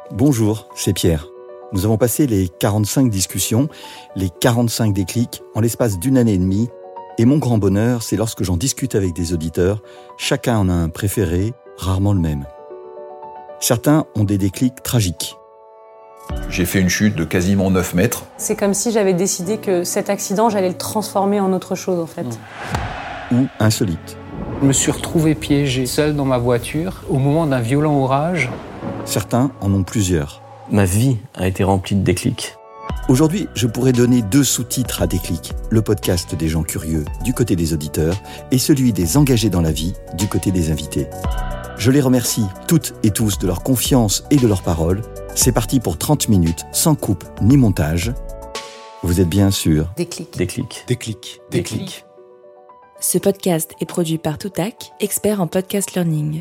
Bonjour, c'est Pierre. Nous avons passé les 45 discussions, les 45 déclics en l'espace d'une année et demie. Et mon grand bonheur, c'est lorsque j'en discute avec des auditeurs, chacun en a un préféré, rarement le même. Certains ont des déclics tragiques. J'ai fait une chute de quasiment 9 mètres. C'est comme si j'avais décidé que cet accident, j'allais le transformer en autre chose, en fait. Ou insolites. Je me suis retrouvé piégé seul dans ma voiture au moment d'un violent orage. Certains en ont plusieurs. Ma vie a été remplie de déclics. Aujourd'hui, je pourrais donner 2 sous-titres à Déclic, le podcast des gens curieux du côté des auditeurs et celui des engagés dans la vie du côté des invités. Je les remercie toutes et tous de leur confiance et de leurs paroles. C'est parti pour 30 minutes, sans coupe ni montage. Vous êtes bien sûr Déclic. Déclic. Déclic. Déclic. Ce podcast est produit par Toutac, expert en podcast learning.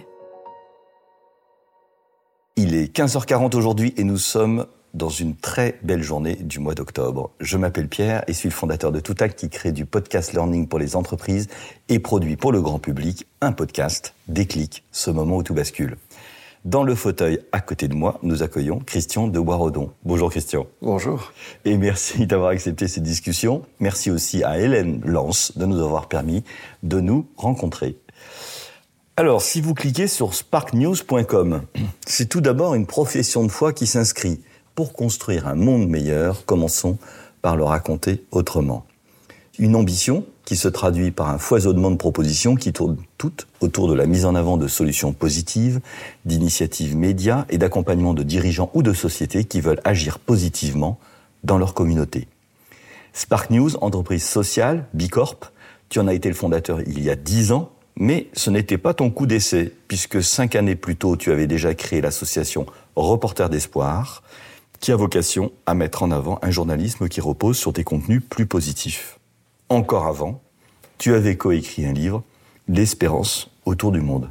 Il est 15h40 aujourd'hui et nous sommes dans une très belle journée du mois d'octobre. Je m'appelle Pierre et suis le fondateur de Toutac qui crée du podcast learning pour les entreprises et produit pour le grand public un podcast, Déclic, ce moment où tout bascule. Dans le fauteuil à côté de moi, nous accueillons Christian de Boisredon. Bonjour Christian. Bonjour. Et merci d'avoir accepté cette discussion. Merci aussi à Hélène Lance de nous avoir permis de nous rencontrer. Alors, si vous cliquez sur sparknews.com, c'est tout d'abord une profession de foi qui s'inscrit. Pour construire un monde meilleur, commençons par le raconter autrement. Une ambition qui se traduit par un foisonnement de propositions qui tournent toutes autour de la mise en avant de solutions positives, d'initiatives médias et d'accompagnement de dirigeants ou de sociétés qui veulent agir positivement dans leur communauté. Spark News, entreprise sociale, Bicorp, tu en as été le fondateur il y a 10 ans, mais ce n'était pas ton coup d'essai, puisque 5 années plus tôt, tu avais déjà créé l'association Reporters d'Espoir, qui a vocation à mettre en avant un journalisme qui repose sur des contenus plus positifs. Encore avant, tu avais coécrit un livre, L'espérance autour du monde.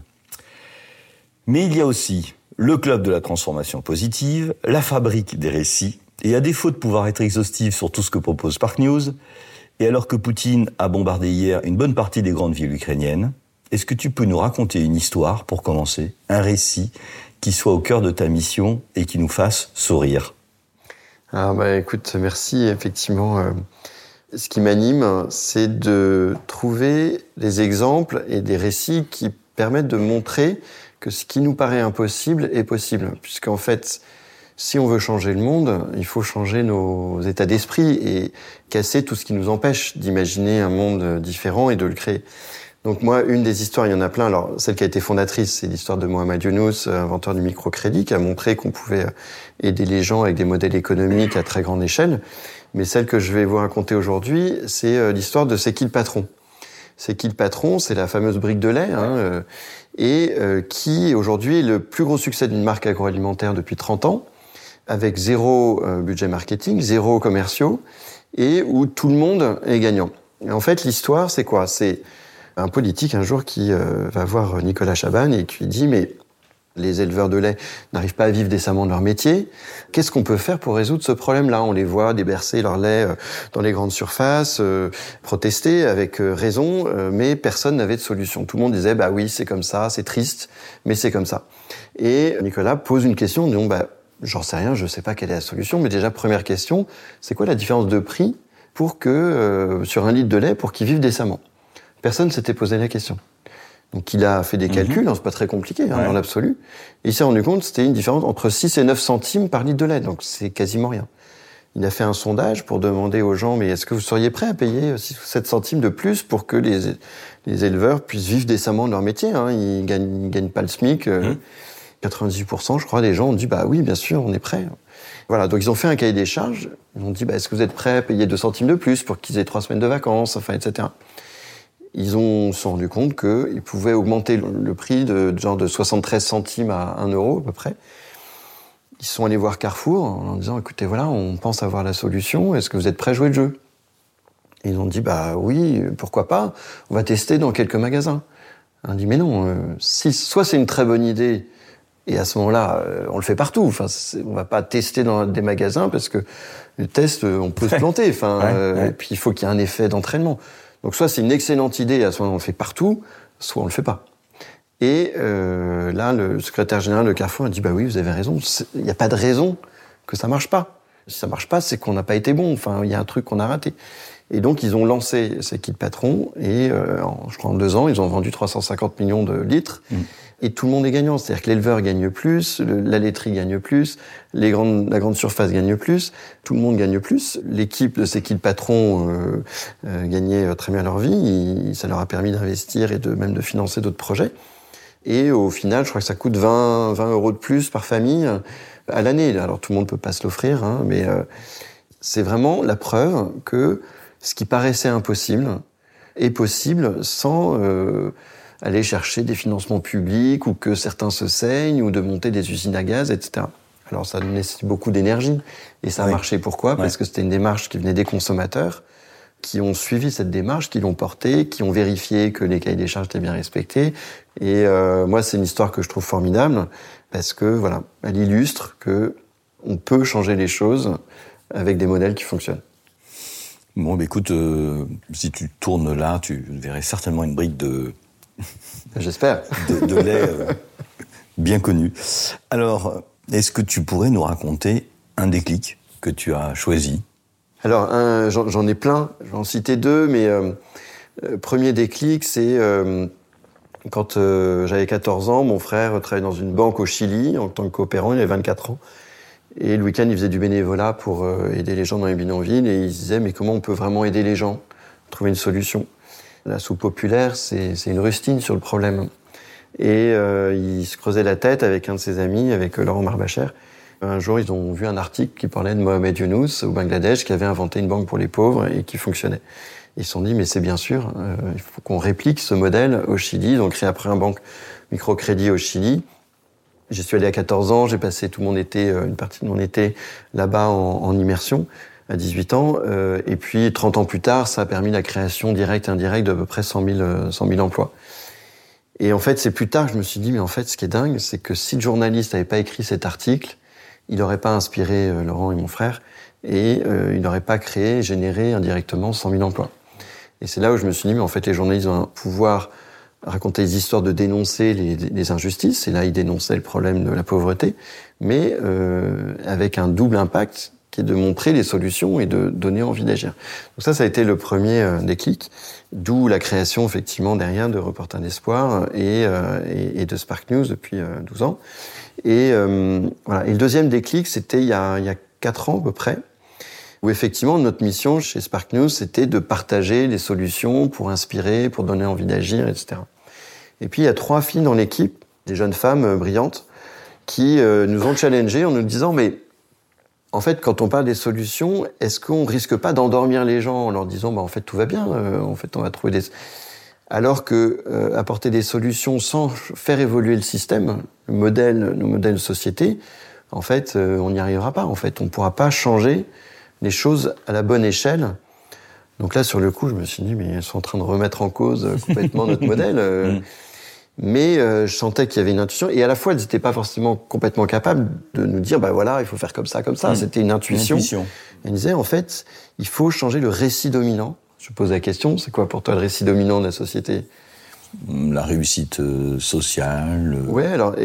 Mais il y a aussi le Club de la transformation positive, la fabrique des récits, et à défaut de pouvoir être exhaustif sur tout ce que propose Spark News, et alors que Poutine a bombardé hier une bonne partie des grandes villes ukrainiennes, est-ce que tu peux nous raconter une histoire, pour commencer, un récit qui soit au cœur de ta mission et qui nous fasse sourire ? Écoute, merci. Effectivement, ce qui m'anime, c'est de trouver des exemples et des récits qui permettent de montrer que ce qui nous paraît impossible est possible. Puisqu'en fait, si on veut changer le monde, il faut changer nos états d'esprit et casser tout ce qui nous empêche d'imaginer un monde différent et de le créer. Donc moi, une des histoires, il y en a plein. Alors, celle qui a été fondatrice, c'est l'histoire de Mohamed Younous, inventeur du microcrédit, qui a montré qu'on pouvait aider les gens avec des modèles économiques à très grande échelle. Mais celle que je vais vous raconter aujourd'hui, c'est l'histoire de C'est qui le patron ? C'est qui le patron ? C'est la fameuse brique de lait, qui aujourd'hui est le plus gros succès d'une marque agroalimentaire depuis 30 ans, avec 0 budget marketing, 0 commerciaux, et où tout le monde est gagnant. Et en fait, l'histoire, c'est quoi ? C'est un politique un jour qui va voir Nicolas Chaban et qui lui dit « Mais les éleveurs de lait n'arrivent pas à vivre décemment de leur métier. Qu'est-ce qu'on peut faire pour résoudre ce problème-là ? On les voit débercer leur lait dans les grandes surfaces, protester avec raison, mais personne n'avait de solution. Tout le monde disait « Bah oui, c'est comme ça, c'est triste, mais c'est comme ça. » Et Nicolas pose une question, disons « J'en sais rien, je sais pas quelle est la solution, mais déjà, première question, c'est quoi la différence de prix pour que sur 1 litre de lait pour qu'ils vivent décemment ?» Personne ne s'était posé la question. Donc il a fait des calculs, c'est pas très compliqué dans l'absolu, et il s'est rendu compte que c'était une différence entre 6 et 9 centimes par litre de lait, donc c'est quasiment rien. Il a fait un sondage pour demander aux gens, mais est-ce que vous seriez prêts à payer 6 ou 7 centimes de plus pour que les éleveurs puissent vivre décemment de leur métier, Ils gagnent pas le SMIC, 98% je crois des gens ont dit bah oui bien sûr on est prêts. Voilà, donc ils ont fait un cahier des charges, ils ont dit est-ce que vous êtes prêts à payer 2 centimes de plus pour qu'ils aient 3 semaines de vacances, etc. Ils se sont rendus compte qu'ils pouvaient augmenter le prix de 73 centimes à 1 euro à peu près. Ils sont allés voir Carrefour en leur disant écoutez voilà, on pense avoir la solution, est-ce que vous êtes prêts à jouer le jeu ? Et ils ont dit oui, pourquoi pas, on va tester dans quelques magasins. On a dit mais non, soit c'est une très bonne idée et à ce moment-là on le fait partout, on va pas tester dans des magasins parce que le test on peut se planter, et puis il faut qu'il y ait un effet d'entraînement. Donc soit c'est une excellente idée et à ce moment-là on le fait partout, soit on le fait pas. Et là, le secrétaire général de Carrefour a dit, bah oui, vous avez raison, il n'y a pas de raison que ça marche pas. Si ça marche pas, c'est qu'on n'a pas été bon, enfin, il y a un truc qu'on a raté. Et donc, ils ont lancé ces kits patrons, et je crois en 2 ans, ils ont vendu 350 millions de litres, et tout le monde est gagnant. C'est-à-dire que l'éleveur gagne plus, la laiterie gagne plus, la grande surface gagne plus, tout le monde gagne plus. L'équipe de ces kits patrons gagnait très bien leur vie, ça leur a permis d'investir et même de financer d'autres projets. Et au final, je crois que ça coûte 20 euros de plus par famille à l'année. Alors tout le monde peut pas se l'offrir, hein, mais c'est vraiment la preuve que ce qui paraissait impossible est possible sans aller chercher des financements publics ou que certains se saignent ou de monter des usines à gaz, etc. Alors ça nécessite beaucoup d'énergie et ça a marché. Pourquoi ? Parce que c'était une démarche qui venait des consommateurs, qui ont suivi cette démarche, qui l'ont portée, qui ont vérifié que les cahiers des charges étaient bien respectés. Et moi, c'est une histoire que je trouve formidable parce que voilà, elle illustre que on peut changer les choses avec des modèles qui fonctionnent. Bon, bah écoute, si tu tournes là, tu verrais certainement une brique de... J'espère. de lait bien connu. Alors, est-ce que tu pourrais nous raconter un déclic que tu as choisi ? Alors, j'en ai plein. Je vais en citer 2, mais premier déclic, c'est quand j'avais 14 ans, mon frère travaillait dans une banque au Chili en tant que coopérant, il avait 24 ans. Et le week-end, il faisait du bénévolat pour aider les gens dans les bidonvilles. Et il se disait, mais comment on peut vraiment aider les gens ? Trouver une solution. La soupe populaire, c'est une rustine sur le problème. Et il se creusait la tête avec un de ses amis, avec Laurent Marbacher. Un jour, ils ont vu un article qui parlait de Mohamed Younous au Bangladesh, qui avait inventé une banque pour les pauvres et qui fonctionnait. Ils se sont dit, mais c'est bien sûr, il faut qu'on réplique ce modèle au Chili. Ils ont créé après un banque microcrédit au Chili. J'y suis allé à 14 ans, j'ai passé tout mon été, une partie de mon été là-bas en immersion, à 18 ans. Et puis, 30 ans plus tard, ça a permis la création directe et indirecte d'à peu près 100 000 emplois. Et en fait, c'est plus tard que je me suis dit, mais en fait, ce qui est dingue, c'est que si le journaliste n'avait pas écrit cet article, il n'aurait pas inspiré Laurent et mon frère, et il n'aurait pas généré indirectement 100 000 emplois. Et c'est là où je me suis dit, mais en fait, les journalistes ont un pouvoir raconter des histoires, de dénoncer les injustices, et là, ils dénonçaient le problème de la pauvreté, mais avec un double impact, qui est de montrer les solutions et de donner envie d'agir. Donc ça a été le premier déclic, d'où la création, effectivement, derrière de Reporters d'Espoir et de Spark News depuis 12 ans. Et voilà. Et le deuxième déclic, c'était il y a 4 ans à peu près, où effectivement notre mission chez Spark News, c'était de partager les solutions pour inspirer, pour donner envie d'agir, etc. Et puis il y a 3 filles dans l'équipe, des jeunes femmes brillantes, qui nous ont challengés en nous disant, mais en fait, quand on parle des solutions, est-ce qu'on risque pas d'endormir les gens en leur disant, bah en fait tout va bien, en fait on va trouver des... Alors que apporter des solutions sans faire évoluer le système, nos modèles de société, en fait, on n'y arrivera pas. En fait, on ne pourra pas changer les choses à la bonne échelle. Donc là, sur le coup, je me suis dit, mais ils sont en train de remettre en cause complètement notre modèle. Mais je sentais qu'il y avait une intuition. Et à la fois, elles n'étaient pas forcément complètement capables de nous dire, bah voilà, il faut faire comme ça, comme ça. C'était une intuition. Elles disaient, en fait, il faut changer le récit dominant. Je pose la question, c'est quoi pour toi le récit dominant de la société ? La réussite sociale. Ouais, alors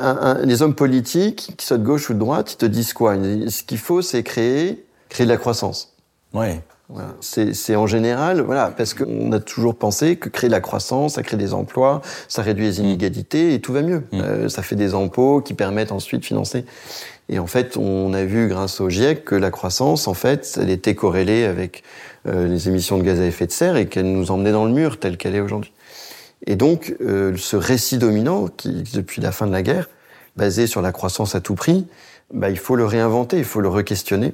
les hommes politiques, qu'ils soient de gauche ou de droite, ils te disent quoi ? Ce qu'il faut, c'est créer de la croissance. Ouais. Voilà. C'est en général, voilà, parce qu'on a toujours pensé que créer de la croissance, ça crée des emplois, ça réduit les inégalités et tout va mieux. Ça fait des impôts qui permettent ensuite de financer. Et en fait, on a vu grâce au GIEC que la croissance, en fait, elle était corrélée avec les émissions de gaz à effet de serre et qu'elle nous emmenait dans le mur telle qu'elle est aujourd'hui. Et donc, ce récit dominant, qui depuis la fin de la guerre, basé sur la croissance à tout prix, bah, il faut le réinventer, il faut le re-questionner.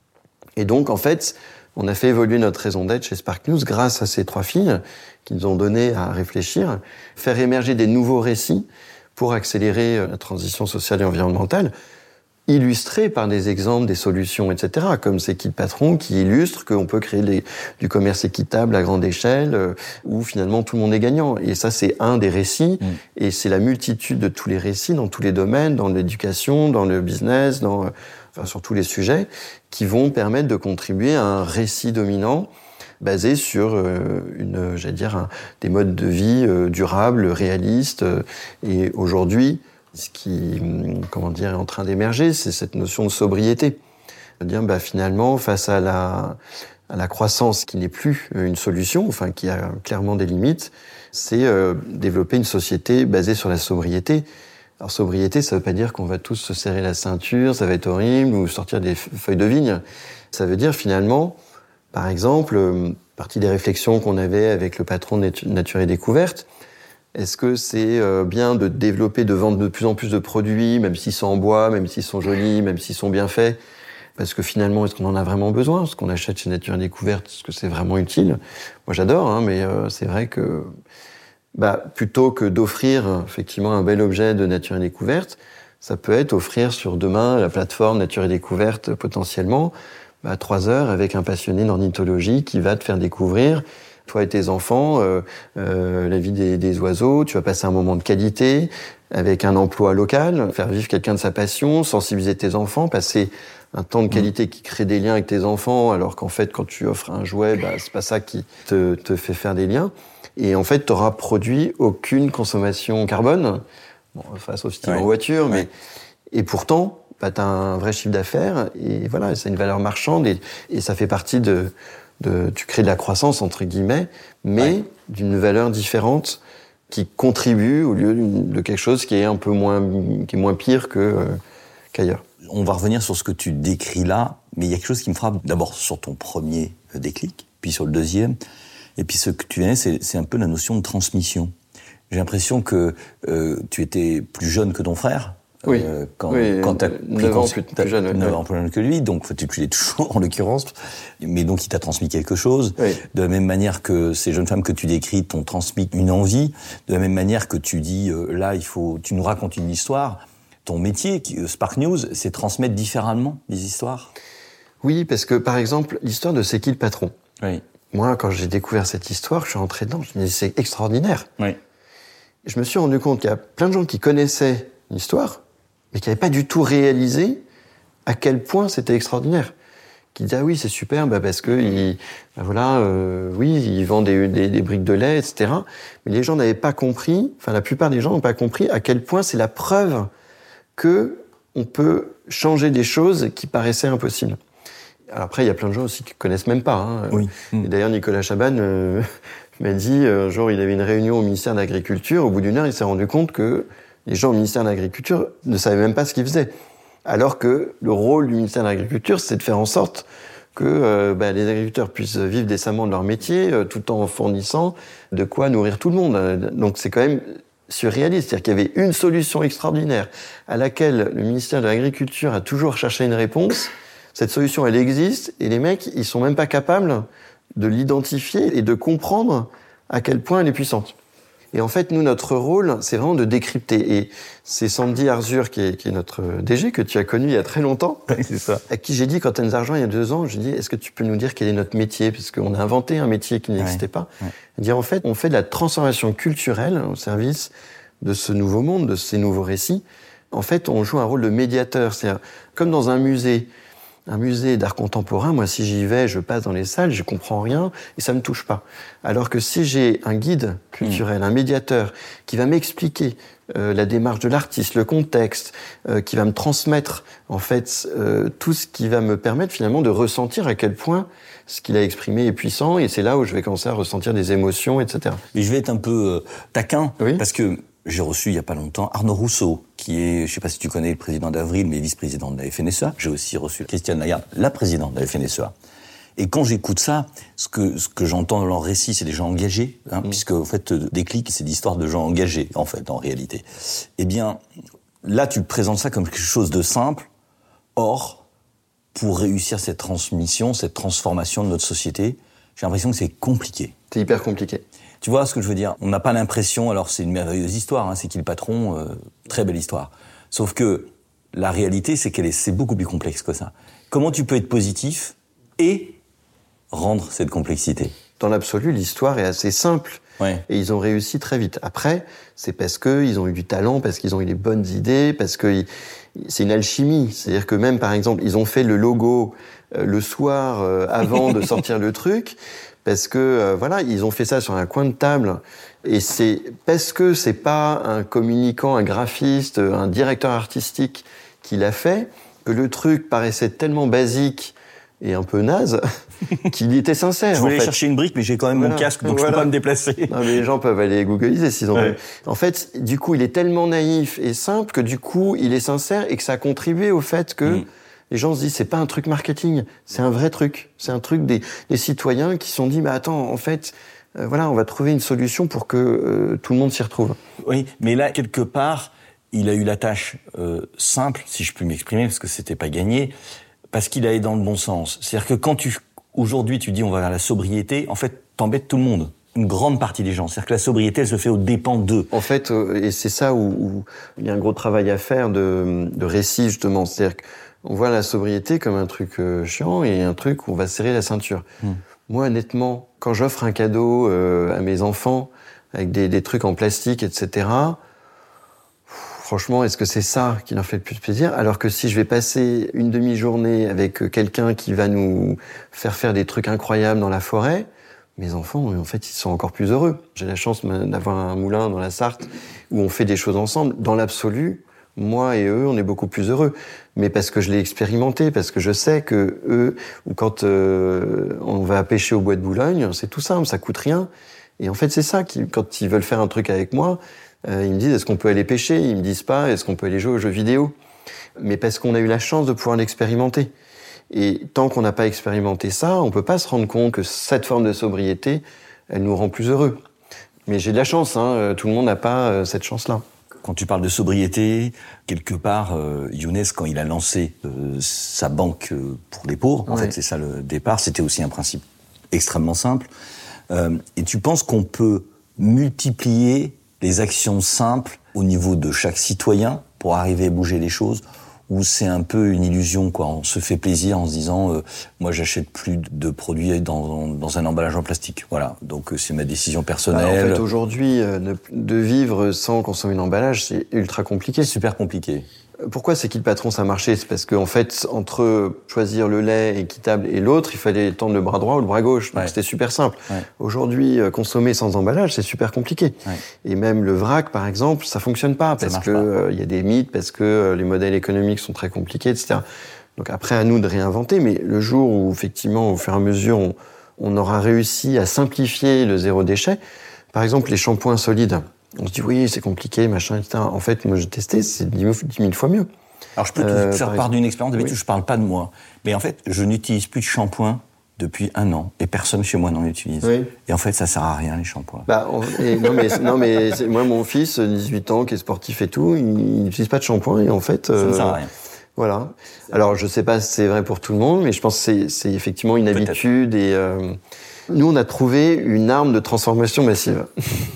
Et donc, en fait, on a fait évoluer notre raison d'être chez Spark News grâce à ces 3 filles qui nous ont donné à réfléchir, faire émerger des nouveaux récits pour accélérer la transition sociale et environnementale, illustrés par des exemples, des solutions, etc., comme ces kits patrons qui illustrent qu'on peut créer du commerce équitable à grande échelle, où finalement tout le monde est gagnant. Et ça, c'est un des récits, et c'est la multitude de tous les récits dans tous les domaines, dans l'éducation, dans le business, sur tous les sujets, qui vont permettre de contribuer à un récit dominant basés sur des modes de vie durables, réalistes. Et aujourd'hui, ce qui, est en train d'émerger, c'est cette notion de sobriété. C'est-à-dire, finalement, face à la croissance qui n'est plus une solution, qui a clairement des limites, c'est développer une société basée sur la sobriété. Alors, sobriété, ça veut pas dire qu'on va tous se serrer la ceinture, ça va être horrible, ou sortir des feuilles de vigne. Ça veut dire, finalement, par exemple, partie des réflexions qu'on avait avec le patron de Nature et Découverte, est-ce que c'est bien de développer, de vendre de plus en plus de produits, même s'ils sont en bois, même s'ils sont jolis, même s'ils sont bien faits? Parce que finalement, est-ce qu'on en a vraiment besoin? Ce qu'on achète chez Nature et Découverte, est-ce que c'est vraiment utile? Moi, j'adore, mais c'est vrai que plutôt que d'offrir effectivement un bel objet de Nature et Découverte, ça peut être offrir sur demain la plateforme Nature et Découverte potentiellement 3 heures avec un passionné d'ornithologie qui va te faire découvrir, toi et tes enfants, la vie des oiseaux. Tu vas passer un moment de qualité avec un emploi local, faire vivre quelqu'un de sa passion, sensibiliser tes enfants, passer un temps de qualité qui crée des liens avec tes enfants, alors qu'en fait, quand tu offres un jouet, c'est pas ça qui te fait faire des liens. Et en fait, t'auras produit aucune consommation carbone, sauf si tu es en voiture, mais et pourtant, t'as un vrai chiffre d'affaires, et voilà, c'est une valeur marchande, et ça fait partie tu crées de la croissance, entre guillemets, mais d'une valeur différente qui contribue au lieu de quelque chose qui est un peu moins pire qu'ailleurs. On va revenir sur ce que tu décris là, mais il y a quelque chose qui me frappe d'abord sur ton premier déclic, puis sur le deuxième, et puis ce que tu viens, c'est un peu la notion de transmission. J'ai l'impression que tu étais plus jeune que ton frère. Oui, quand t'as 9 ans plus jeune. 9 ans plus jeune que lui, donc tu l'es toujours en l'occurrence. Mais donc il t'a transmis quelque chose. Oui. De la même manière que ces jeunes femmes que tu décris t'ont transmis une envie. De la même manière que tu dis, tu nous racontes une histoire. Ton métier, Spark News, c'est transmettre différemment des histoires. Oui, parce que par exemple, l'histoire de C'est qui le patron. Oui. Moi, quand j'ai découvert cette histoire, je suis rentré dedans, je me dis c'est extraordinaire. Oui. Je me suis rendu compte qu'il y a plein de gens qui connaissaient l'histoire, mais qui n'avaient pas du tout réalisé à quel point c'était extraordinaire. Qui disaient oui, c'est super, parce que ils vendent des briques de lait, etc. Mais les gens n'avaient pas compris, la plupart des gens n'ont pas compris à quel point c'est la preuve que on peut changer des choses qui paraissaient impossibles. Alors après, il y a plein de gens aussi qui connaissent même pas. Oui. Et d'ailleurs, Nicolas Chaban m'a dit un jour, il avait une réunion au ministère de l'Agriculture. Au bout d'une heure, il s'est rendu compte que les gens au ministère de l'Agriculture ne savaient même pas ce qu'ils faisaient. Alors que le rôle du ministère de l'Agriculture, c'est de faire en sorte que les agriculteurs puissent vivre décemment de leur métier, tout en fournissant de quoi nourrir tout le monde. Donc c'est quand même surréaliste. C'est-à-dire qu'il y avait une solution extraordinaire à laquelle le ministère de l'Agriculture a toujours cherché une réponse. Cette solution, elle existe, et les mecs, ils sont même pas capables de l'identifier et de comprendre à quel point elle est puissante. Et en fait, nous, notre rôle, c'est vraiment de décrypter. Et c'est Sandy Arzur, qui est notre DG, que tu as connu il y a très longtemps. Oui, c'est ça. À qui j'ai dit, quand elle nous a rejoint il y a 2 ans, j'ai dit, est-ce que tu peux nous dire quel est notre métier? Parce qu'on a inventé un métier qui n'existait pas. Ouais. Elle dit, en fait, on fait de la transformation culturelle au service de ce nouveau monde, de ces nouveaux récits. En fait, on joue un rôle de médiateur. C'est-à-dire, comme dans un musée d'art contemporain, moi, si j'y vais, je passe dans les salles, je comprends rien et ça me touche pas. Alors que si j'ai un guide culturel, un médiateur qui va m'expliquer la démarche de l'artiste, le contexte, qui va me transmettre en fait tout ce qui va me permettre finalement de ressentir à quel point ce qu'il a exprimé est puissant, et c'est là où je vais commencer à ressentir des émotions, etc. Mais je vais être un peu taquin, oui. Parce que j'ai reçu il y a pas longtemps Arnaud Rousseau, qui est, je sais pas si tu connais, le président d'Avril, mais vice-président de la FNSEA. J'ai aussi reçu Christiane Lagarde, la présidente de la FNSEA. Et quand j'écoute ça, ce que j'entends dans leur récit, c'est des gens engagés, puisque en fait, Déclic, c'est l'histoire de gens engagés, en fait, en réalité. Eh bien, là, tu présentes ça comme quelque chose de simple. Or, pour réussir cette transmission, cette transformation de notre société, j'ai l'impression que c'est compliqué. C'est hyper compliqué. Tu vois ce que je veux dire? On n'a pas l'impression, alors c'est une merveilleuse histoire, c'est qui le patron, très belle histoire. Sauf que la réalité, c'est beaucoup plus complexe que ça. Comment tu peux être positif et rendre cette complexité? Dans l'absolu, l'histoire est assez simple. Ouais. Et ils ont réussi très vite. Après, c'est parce qu'ils ont eu du talent, parce qu'ils ont eu les bonnes idées, parce que c'est une alchimie. C'est-à-dire que même, par exemple, ils ont fait le logo le soir avant de sortir le truc, Parce que, voilà, ils ont fait ça sur un coin de table. Et c'est parce que c'est pas un communicant, un graphiste, un directeur artistique qui l'a fait, que le truc paraissait tellement basique et un peu naze qu'il était sincère. Je voulais chercher une brique, mais j'ai quand même mon casque, donc je peux pas me déplacer. Non, mais les gens peuvent aller googliser s'ils ont envie. En fait, du coup, il est tellement naïf et simple que du coup, il est sincère et que ça a contribué au fait que les gens se disent, c'est pas un truc marketing, c'est un vrai truc. C'est un truc des citoyens qui se sont dit, bah attends, en fait, voilà, on va trouver une solution pour que tout le monde s'y retrouve. Oui, mais là, quelque part, il a eu la tâche simple, si je puis m'exprimer, parce que c'était pas gagné, parce qu'il allait dans le bon sens. C'est-à-dire que quand aujourd'hui, tu dis on va vers la sobriété, en fait, t'embêtes tout le monde. Une grande partie des gens. C'est-à-dire que la sobriété, elle se fait aux dépens d'eux. En fait, et c'est ça où il y a un gros travail à faire de récit, justement. C'est-à-dire qu'on voit la sobriété comme un truc chiant et un truc où on va serrer la ceinture. Moi, honnêtement, quand j'offre un cadeau à mes enfants avec des trucs en plastique, etc., franchement, est-ce que c'est ça qui leur fait le plus plaisir? Alors que si je vais passer une demi-journée avec quelqu'un qui va nous faire des trucs incroyables dans la forêt, mes enfants, en fait, ils sont encore plus heureux. J'ai la chance d'avoir un moulin dans la Sarthe où on fait des choses ensemble. Dans l'absolu, moi et eux, on est beaucoup plus heureux. Mais parce que je l'ai expérimenté, parce que je sais que eux, ou quand on va pêcher au bois de Boulogne, c'est tout simple, ça coûte rien. Et en fait, c'est ça, quand ils veulent faire un truc avec moi, ils me disent, est-ce qu'on peut aller pêcher? Ils me disent pas, est-ce qu'on peut aller jouer aux jeux vidéo? Mais parce qu'on a eu la chance de pouvoir l'expérimenter. Et tant qu'on n'a pas expérimenté ça, on peut pas se rendre compte que cette forme de sobriété, elle nous rend plus heureux. Mais j'ai de la chance, tout le monde n'a pas cette chance-là. Quand tu parles de sobriété, quelque part, Younes, quand il a lancé sa banque pour les pauvres, en fait, c'est ça le départ, c'était aussi un principe extrêmement simple. Et tu penses qu'on peut multiplier les actions simples au niveau de chaque citoyen pour arriver à bouger les choses, ou c'est un peu une illusion, quoi? On se fait plaisir en se disant moi j'achète plus de produits dans un emballage en plastique. Voilà, donc c'est ma décision personnelle. En fait, aujourd'hui, de vivre sans consommer d'emballage, c'est ultra compliqué. C'est super compliqué. Pourquoi c'est qui le patron, ça marchait? C'est parce qu'en fait, entre choisir le lait équitable et l'autre, il fallait tendre le bras droit ou le bras gauche. Donc c'était super simple. Aujourd'hui, consommer sans emballage, c'est super compliqué. Et même le vrac, par exemple, ça fonctionne pas parce que y a des mythes, parce que les modèles économiques sont très compliqués, etc. Donc après, à nous de réinventer. Mais le jour où, effectivement, au fur et à mesure, on aura réussi à simplifier le zéro déchet, par exemple, les shampoings solides. On se dit, oui, c'est compliqué, machin, etc. En fait, moi, j'ai testé, c'est 10 000 fois mieux. Alors, je peux te faire part d'une expérience. D'habitude, je parle pas de moi. Mais en fait, je n'utilise plus de shampoing depuis 1 an. Et personne chez moi n'en utilise. Et en fait, ça sert à rien, les shampoings. Non, mais moi, mon fils, 18 ans, qui est sportif et tout, il n'utilise pas de shampoing. Et en fait... ça ne sert à rien. Voilà. Alors, je sais pas si c'est vrai pour tout le monde, mais je pense que c'est effectivement une habitude. Et nous, on a trouvé une arme de transformation massive.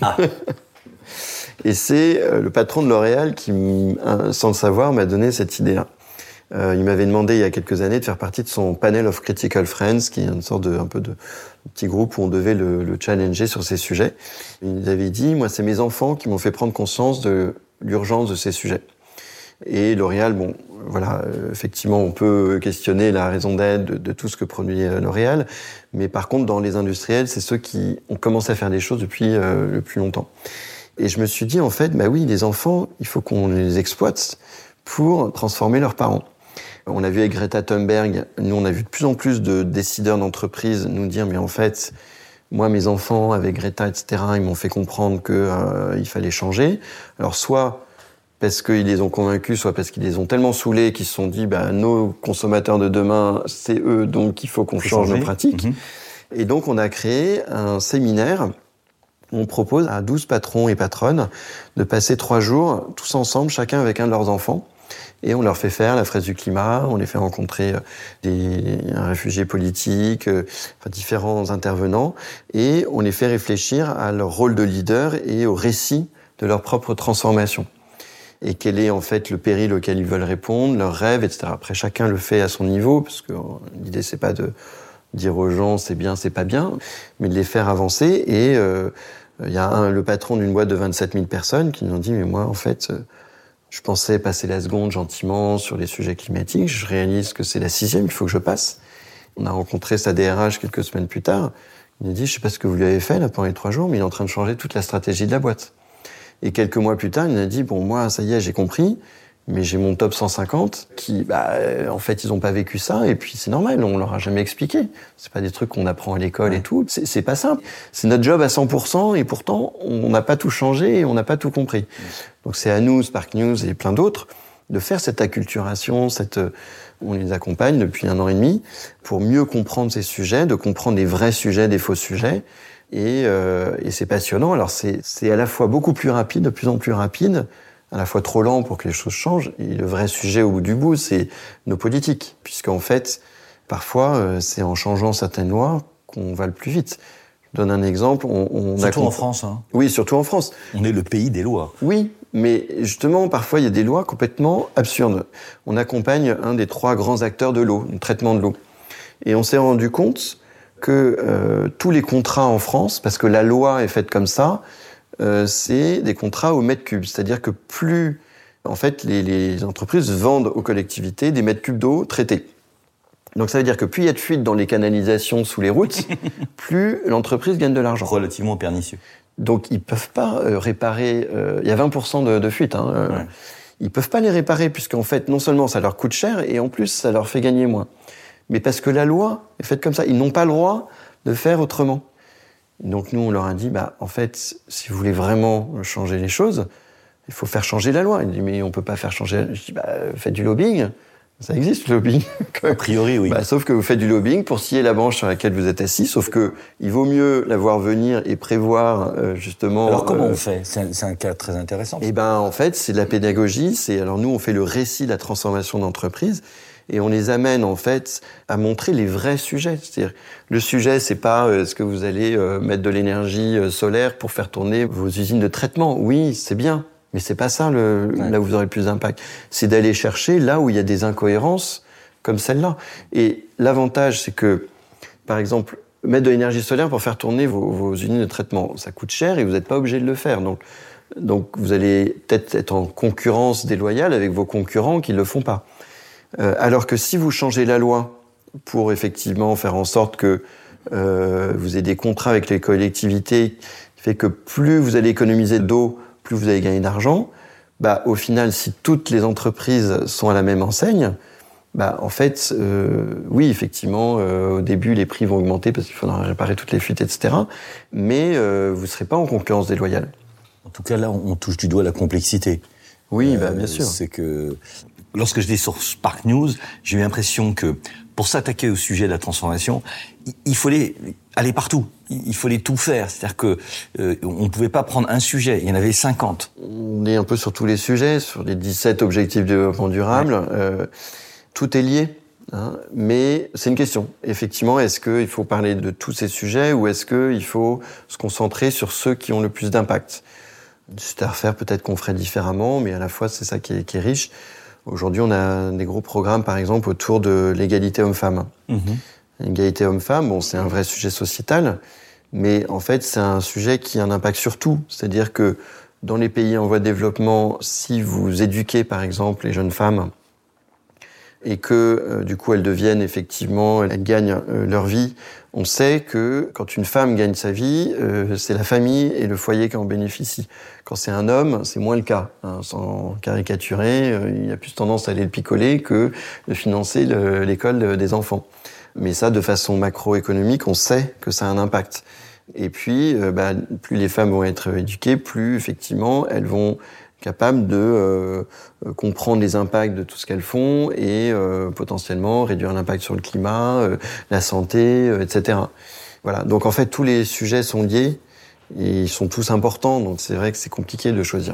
Et c'est le patron de L'Oréal qui, sans le savoir, m'a donné cette idée-là. Il m'avait demandé il y a quelques années de faire partie de son panel of critical friends, qui est une sorte de petit groupe où on devait le challenger sur ces sujets. Il avait dit, moi, c'est mes enfants qui m'ont fait prendre conscience de l'urgence de ces sujets. Et L'Oréal, bon, voilà, effectivement, on peut questionner la raison d'être de tout ce que produit L'Oréal, mais par contre, dans les industriels, c'est ceux qui ont commencé à faire des choses depuis le plus longtemps. Et je me suis dit, en fait, bah oui, les enfants, il faut qu'on les exploite pour transformer leurs parents. On l'a vu avec Greta Thunberg, nous, on a vu de plus en plus de décideurs d'entreprise nous dire, mais en fait, moi, mes enfants, avec Greta, etc., ils m'ont fait comprendre qu'il fallait changer. Alors, soit parce qu'ils les ont convaincus, soit parce qu'ils les ont tellement saoulés qu'ils se sont dit, bah, nos consommateurs de demain, c'est eux, donc il faut qu'on change nos pratiques. Et donc, on a créé un séminaire. On propose à 12 patrons et patronnes de passer 3 jours, tous ensemble, chacun avec un de leurs enfants. Et on leur fait faire la fraise du climat, on les fait rencontrer un réfugié politique, différents intervenants, et on les fait réfléchir à leur rôle de leader et au récit de leur propre transformation. Et quel est en fait le péril auquel ils veulent répondre, leurs rêves, etc. Après, chacun le fait à son niveau, parce que l'idée, c'est pas de dire aux gens c'est bien, c'est pas bien, mais de les faire avancer. Et il y a le patron d'une boîte de 27 000 personnes qui nous ont dit, mais moi, en fait, je pensais passer la seconde gentiment sur les sujets climatiques. Je réalise que c'est la 6e, il faut que je passe. On a rencontré sa DRH quelques semaines plus tard, Il m'a dit, je sais pas ce que vous lui avez fait là pendant les 3 jours, mais il est en train de changer toute la stratégie de la boîte. Et quelques mois plus tard, il m'a dit, bon, moi, ça y est, j'ai compris, mais j'ai mon top 150 qui, en fait, ils ont pas vécu ça, et puis c'est normal, on leur a jamais expliqué. C'est pas des trucs qu'on apprend à l'école et tout. C'est pas simple. C'est notre job à 100%, et pourtant, on n'a pas tout changé et on n'a pas tout compris. Donc c'est à nous, Spark News et plein d'autres, de faire cette acculturation, on les accompagne depuis 1 an et demi pour mieux comprendre ces sujets, de comprendre les vrais sujets, des faux sujets. Et c'est passionnant. Alors c'est à la fois beaucoup plus rapide, de plus en plus rapide, à la fois trop lent pour que les choses changent. Et le vrai sujet au bout du bout, c'est nos politiques. Puisqu'en fait, parfois, c'est en changeant certaines lois qu'on va le plus vite. Je donne un exemple. Surtout en France. Hein. Oui, surtout en France. On est le pays des lois. Oui, mais justement, parfois, il y a des lois complètement absurdes. On accompagne un des 3 grands acteurs de l'eau, le traitement de l'eau. Et on s'est rendu compte que tous les contrats en France, parce que la loi est faite comme ça, c'est des contrats au mètre cube. C'est-à-dire que plus, en fait, les entreprises vendent aux collectivités des mètres cubes d'eau traités. Donc ça veut dire que plus il y a de fuites dans les canalisations sous les routes, plus l'entreprise gagne de l'argent. Relativement pernicieux. Donc ils peuvent pas réparer. Il y a 20% de fuites. Ouais. Ils peuvent pas les réparer puisqu'en fait, non seulement ça leur coûte cher et en plus ça leur fait gagner moins. Mais parce que la loi est faite comme ça, ils n'ont pas le droit de faire autrement. Donc nous, on leur a dit, en fait, si vous voulez vraiment changer les choses, il faut faire changer la loi. Ils disent, mais on peut pas faire changer. Je dis, faites du lobbying. Ça existe, le lobbying. A priori, oui. Sauf que vous faites du lobbying pour scier la branche sur laquelle vous êtes assis, sauf que il vaut mieux la voir venir et prévoir, justement... Alors, comment on fait ? C'est un cas très intéressant. En fait, c'est de la pédagogie. Alors, nous, on fait le récit de la transformation d'entreprise et on les amène, en fait, à montrer les vrais sujets. C'est-à-dire, le sujet, c'est pas est-ce que vous allez mettre de l'énergie solaire pour faire tourner vos usines de traitement. Oui, c'est bien. Mais c'est pas ça là où vous aurez le plus d'impact. C'est d'aller chercher là où il y a des incohérences comme celle-là. Et l'avantage, c'est que, par exemple, mettre de l'énergie solaire pour faire tourner vos usines de traitement, ça coûte cher et vous n'êtes pas obligé de le faire. Donc vous allez peut-être être en concurrence déloyale avec vos concurrents qui ne le font pas. Alors que si vous changez la loi pour effectivement faire en sorte que vous ayez des contrats avec les collectivités qui fait que plus vous allez économiser d'eau, plus vous allez gagner d'argent, au final, si toutes les entreprises sont à la même enseigne, en fait, oui, effectivement, au début, les prix vont augmenter parce qu'il faudra réparer toutes les fuites, etc. Mais vous ne serez pas en concurrence déloyale. En tout cas, là, on touche du doigt la complexité. Oui, bien sûr. C'est que lorsque j'étais sur Spark News, j'ai eu l'impression que pour s'attaquer au sujet de la transformation, il fallait aller partout. Il fallait tout faire. C'est-à-dire que on ne pouvait pas prendre un sujet. Il y en avait 50. On est un peu sur tous les sujets, sur les 17 objectifs de développement durable. Ouais. Tout est lié. Mais c'est une question. Effectivement, est-ce qu'il faut parler de tous ces sujets ou est-ce qu'il faut se concentrer sur ceux qui ont le plus d'impact ? C'est à refaire, peut-être qu'on ferait différemment, mais à la fois, c'est ça qui est riche. Aujourd'hui, on a des gros programmes, par exemple, autour de l'égalité homme-femme. L'égalité homme-femme, c'est un vrai sujet sociétal, mais en fait, c'est un sujet qui a un impact sur tout. C'est-à-dire que dans les pays en voie de développement, si vous éduquez, par exemple, les jeunes femmes et que, du coup, elles deviennent effectivement, elles gagnent leur vie, on sait que quand une femme gagne sa vie, c'est la famille et le foyer qui en bénéficient. Quand c'est un homme, c'est moins le cas. Sans caricaturer, il y a plus tendance à aller le picoler que de financer l'école des enfants. Mais ça, de façon macroéconomique, on sait que ça a un impact. Et puis, plus les femmes vont être éduquées, plus, effectivement, elles vont être capables de comprendre les impacts de tout ce qu'elles font et potentiellement réduire l'impact sur le climat, la santé, etc. Voilà. Donc, en fait, tous les sujets sont liés et ils sont tous importants. Donc, c'est vrai que c'est compliqué de choisir.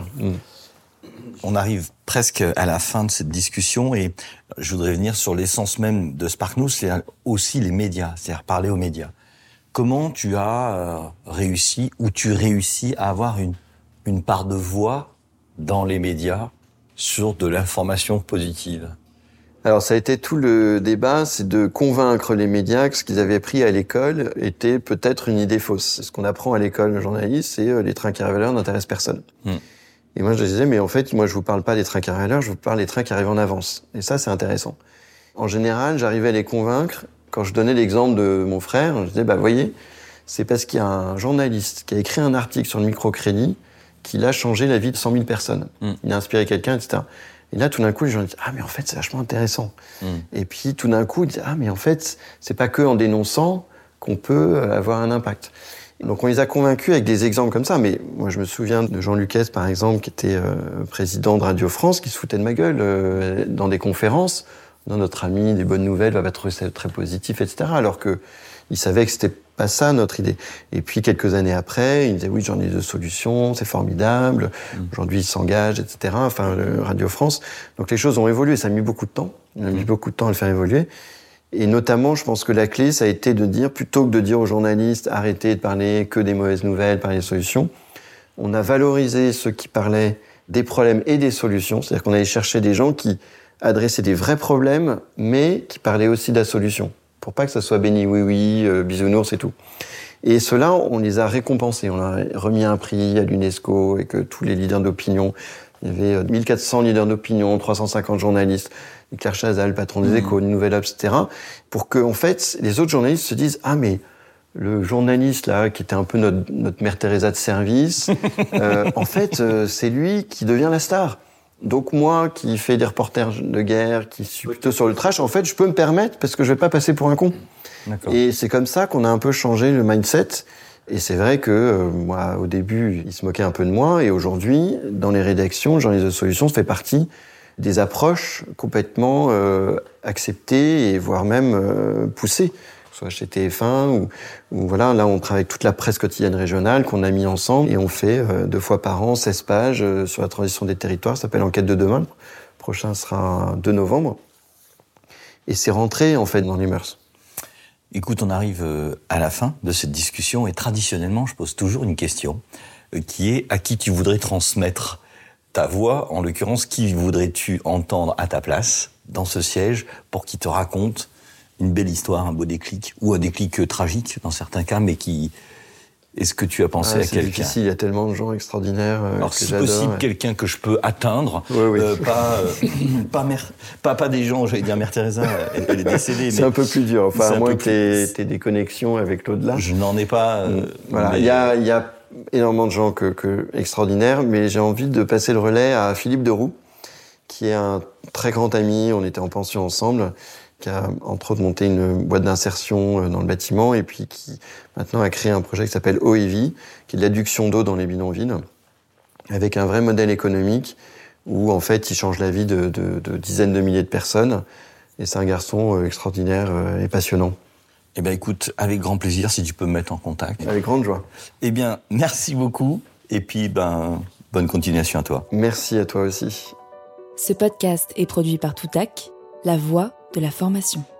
On arrive presque à la fin de cette discussion et je voudrais venir sur l'essence même de Spark News, c'est aussi les médias, c'est-à-dire parler aux médias. Comment tu as réussi ou tu réussis à avoir une part de voix dans les médias sur de l'information positive ? Alors ça a été tout le débat, c'est de convaincre les médias que ce qu'ils avaient appris à l'école était peut-être une idée fausse. Ce qu'on apprend à l'école de journaliste, c'est les trains qui arrivent à l'heure n'intéressent personne. Et moi, je disais, mais en fait, moi, je vous parle pas des trains qui arrivent à l'heure, je vous parle des trains qui arrivent en avance. Et ça, c'est intéressant. En général, j'arrivais à les convaincre. Quand je donnais l'exemple de mon frère, je disais, voyez, c'est parce qu'il y a un journaliste qui a écrit un article sur le microcrédit qui a changé la vie de 100 000 personnes. Il a inspiré quelqu'un, etc. Et là, tout d'un coup, les gens disent « Ah, mais en fait, c'est vachement intéressant. » Et puis, tout d'un coup, ils disent « Ah, mais en fait, c'est pas que en dénonçant qu'on peut avoir un impact. » Donc, on les a convaincus avec des exemples comme ça. Mais moi, je me souviens de Jean Lucas, par exemple, qui était président de Radio France, qui se foutait de ma gueule dans des conférences. Non, notre ami, des bonnes nouvelles, va trouver ça très positif, etc. Alors que il savait que c'était pas ça notre idée. Et puis quelques années après, il disait oui, j'en ai 2 solutions, c'est formidable. Aujourd'hui, il s'engage, etc. Enfin, Radio France. Donc les choses ont évolué. Ça a mis beaucoup de temps. Il a mis beaucoup de temps à le faire évoluer. Et notamment, je pense que la clé, ça a été de dire, plutôt que de dire aux journalistes arrêtez de parler que des mauvaises nouvelles, parler des solutions, on a valorisé ceux qui parlaient des problèmes et des solutions. C'est-à-dire qu'on allait chercher des gens qui adressaient des vrais problèmes, mais qui parlaient aussi de la solution. Pour pas que ça soit béni oui, bisounours et tout. Et ceux-là, on les a récompensés. On a remis un prix à l'UNESCO et que tous les leaders d'opinion, il y avait 1400 leaders d'opinion, 350 journalistes, Claire Chazal, patron des Échos, Nouvelle Obs, etc. Pour que, en fait, les autres journalistes se disent « Ah, mais le journaliste, là, qui était un peu notre Mère Teresa de service, en fait, c'est lui qui devient la star. » Donc moi, qui fais des reportages de guerre, qui suis plutôt sur le trash, en fait, je peux me permettre parce que je vais pas passer pour un con. D'accord. Et c'est comme ça qu'on a un peu changé le mindset. Et c'est vrai que moi, au début, ils se moquaient un peu de moi. Et aujourd'hui, dans les rédactions, Journalistes de Solutions, ça fait partie des approches complètement acceptées et voire même poussées. Soit chez TF1 ou voilà, là on travaille avec toute la presse quotidienne régionale qu'on a mis ensemble et on fait 2 fois par an 16 pages sur la transition des territoires, ça s'appelle Enquête de demain. Le prochain sera 2 novembre. Et c'est rentré en fait dans les mœurs. Écoute, on arrive à la fin de cette discussion et traditionnellement, je pose toujours une question qui est à qui tu voudrais transmettre ta voix, en l'occurrence, qui voudrais-tu entendre à ta place dans ce siège pour qu'il te raconte une belle histoire, un beau déclic, ou un déclic tragique dans certains cas, mais qui... Est-ce que tu as pensé à quelqu'un ? C'est difficile, il y a tellement de gens extraordinaires Alors, que si j'adore. possible, quelqu'un que je peux atteindre, oui. pas des gens, j'allais dire Mère Teresa, elle est décédée. C'est mais un peu plus dur, enfin, à moins que tu aies des connexions avec l'au-delà. Je n'en ai pas. Voilà, mais... il y a énormément de gens extraordinaires, mais j'ai envie de passer le relais à Philippe Deroux, qui est un très grand ami, on était en pension ensemble, qui a entre autres monté une boîte d'insertion dans le bâtiment et puis qui maintenant a créé un projet qui s'appelle Eau et Vie, qui est de l'adduction d'eau dans les bidonvilles, avec un vrai modèle économique où en fait il change la vie de dizaines de milliers de personnes. Et c'est un garçon extraordinaire et passionnant. Eh bien écoute, avec grand plaisir, si tu peux me mettre en contact. Avec grande joie. Eh bien, merci beaucoup et puis bonne continuation à toi. Merci à toi aussi. Ce podcast est produit par Toutac, la voix de la formation.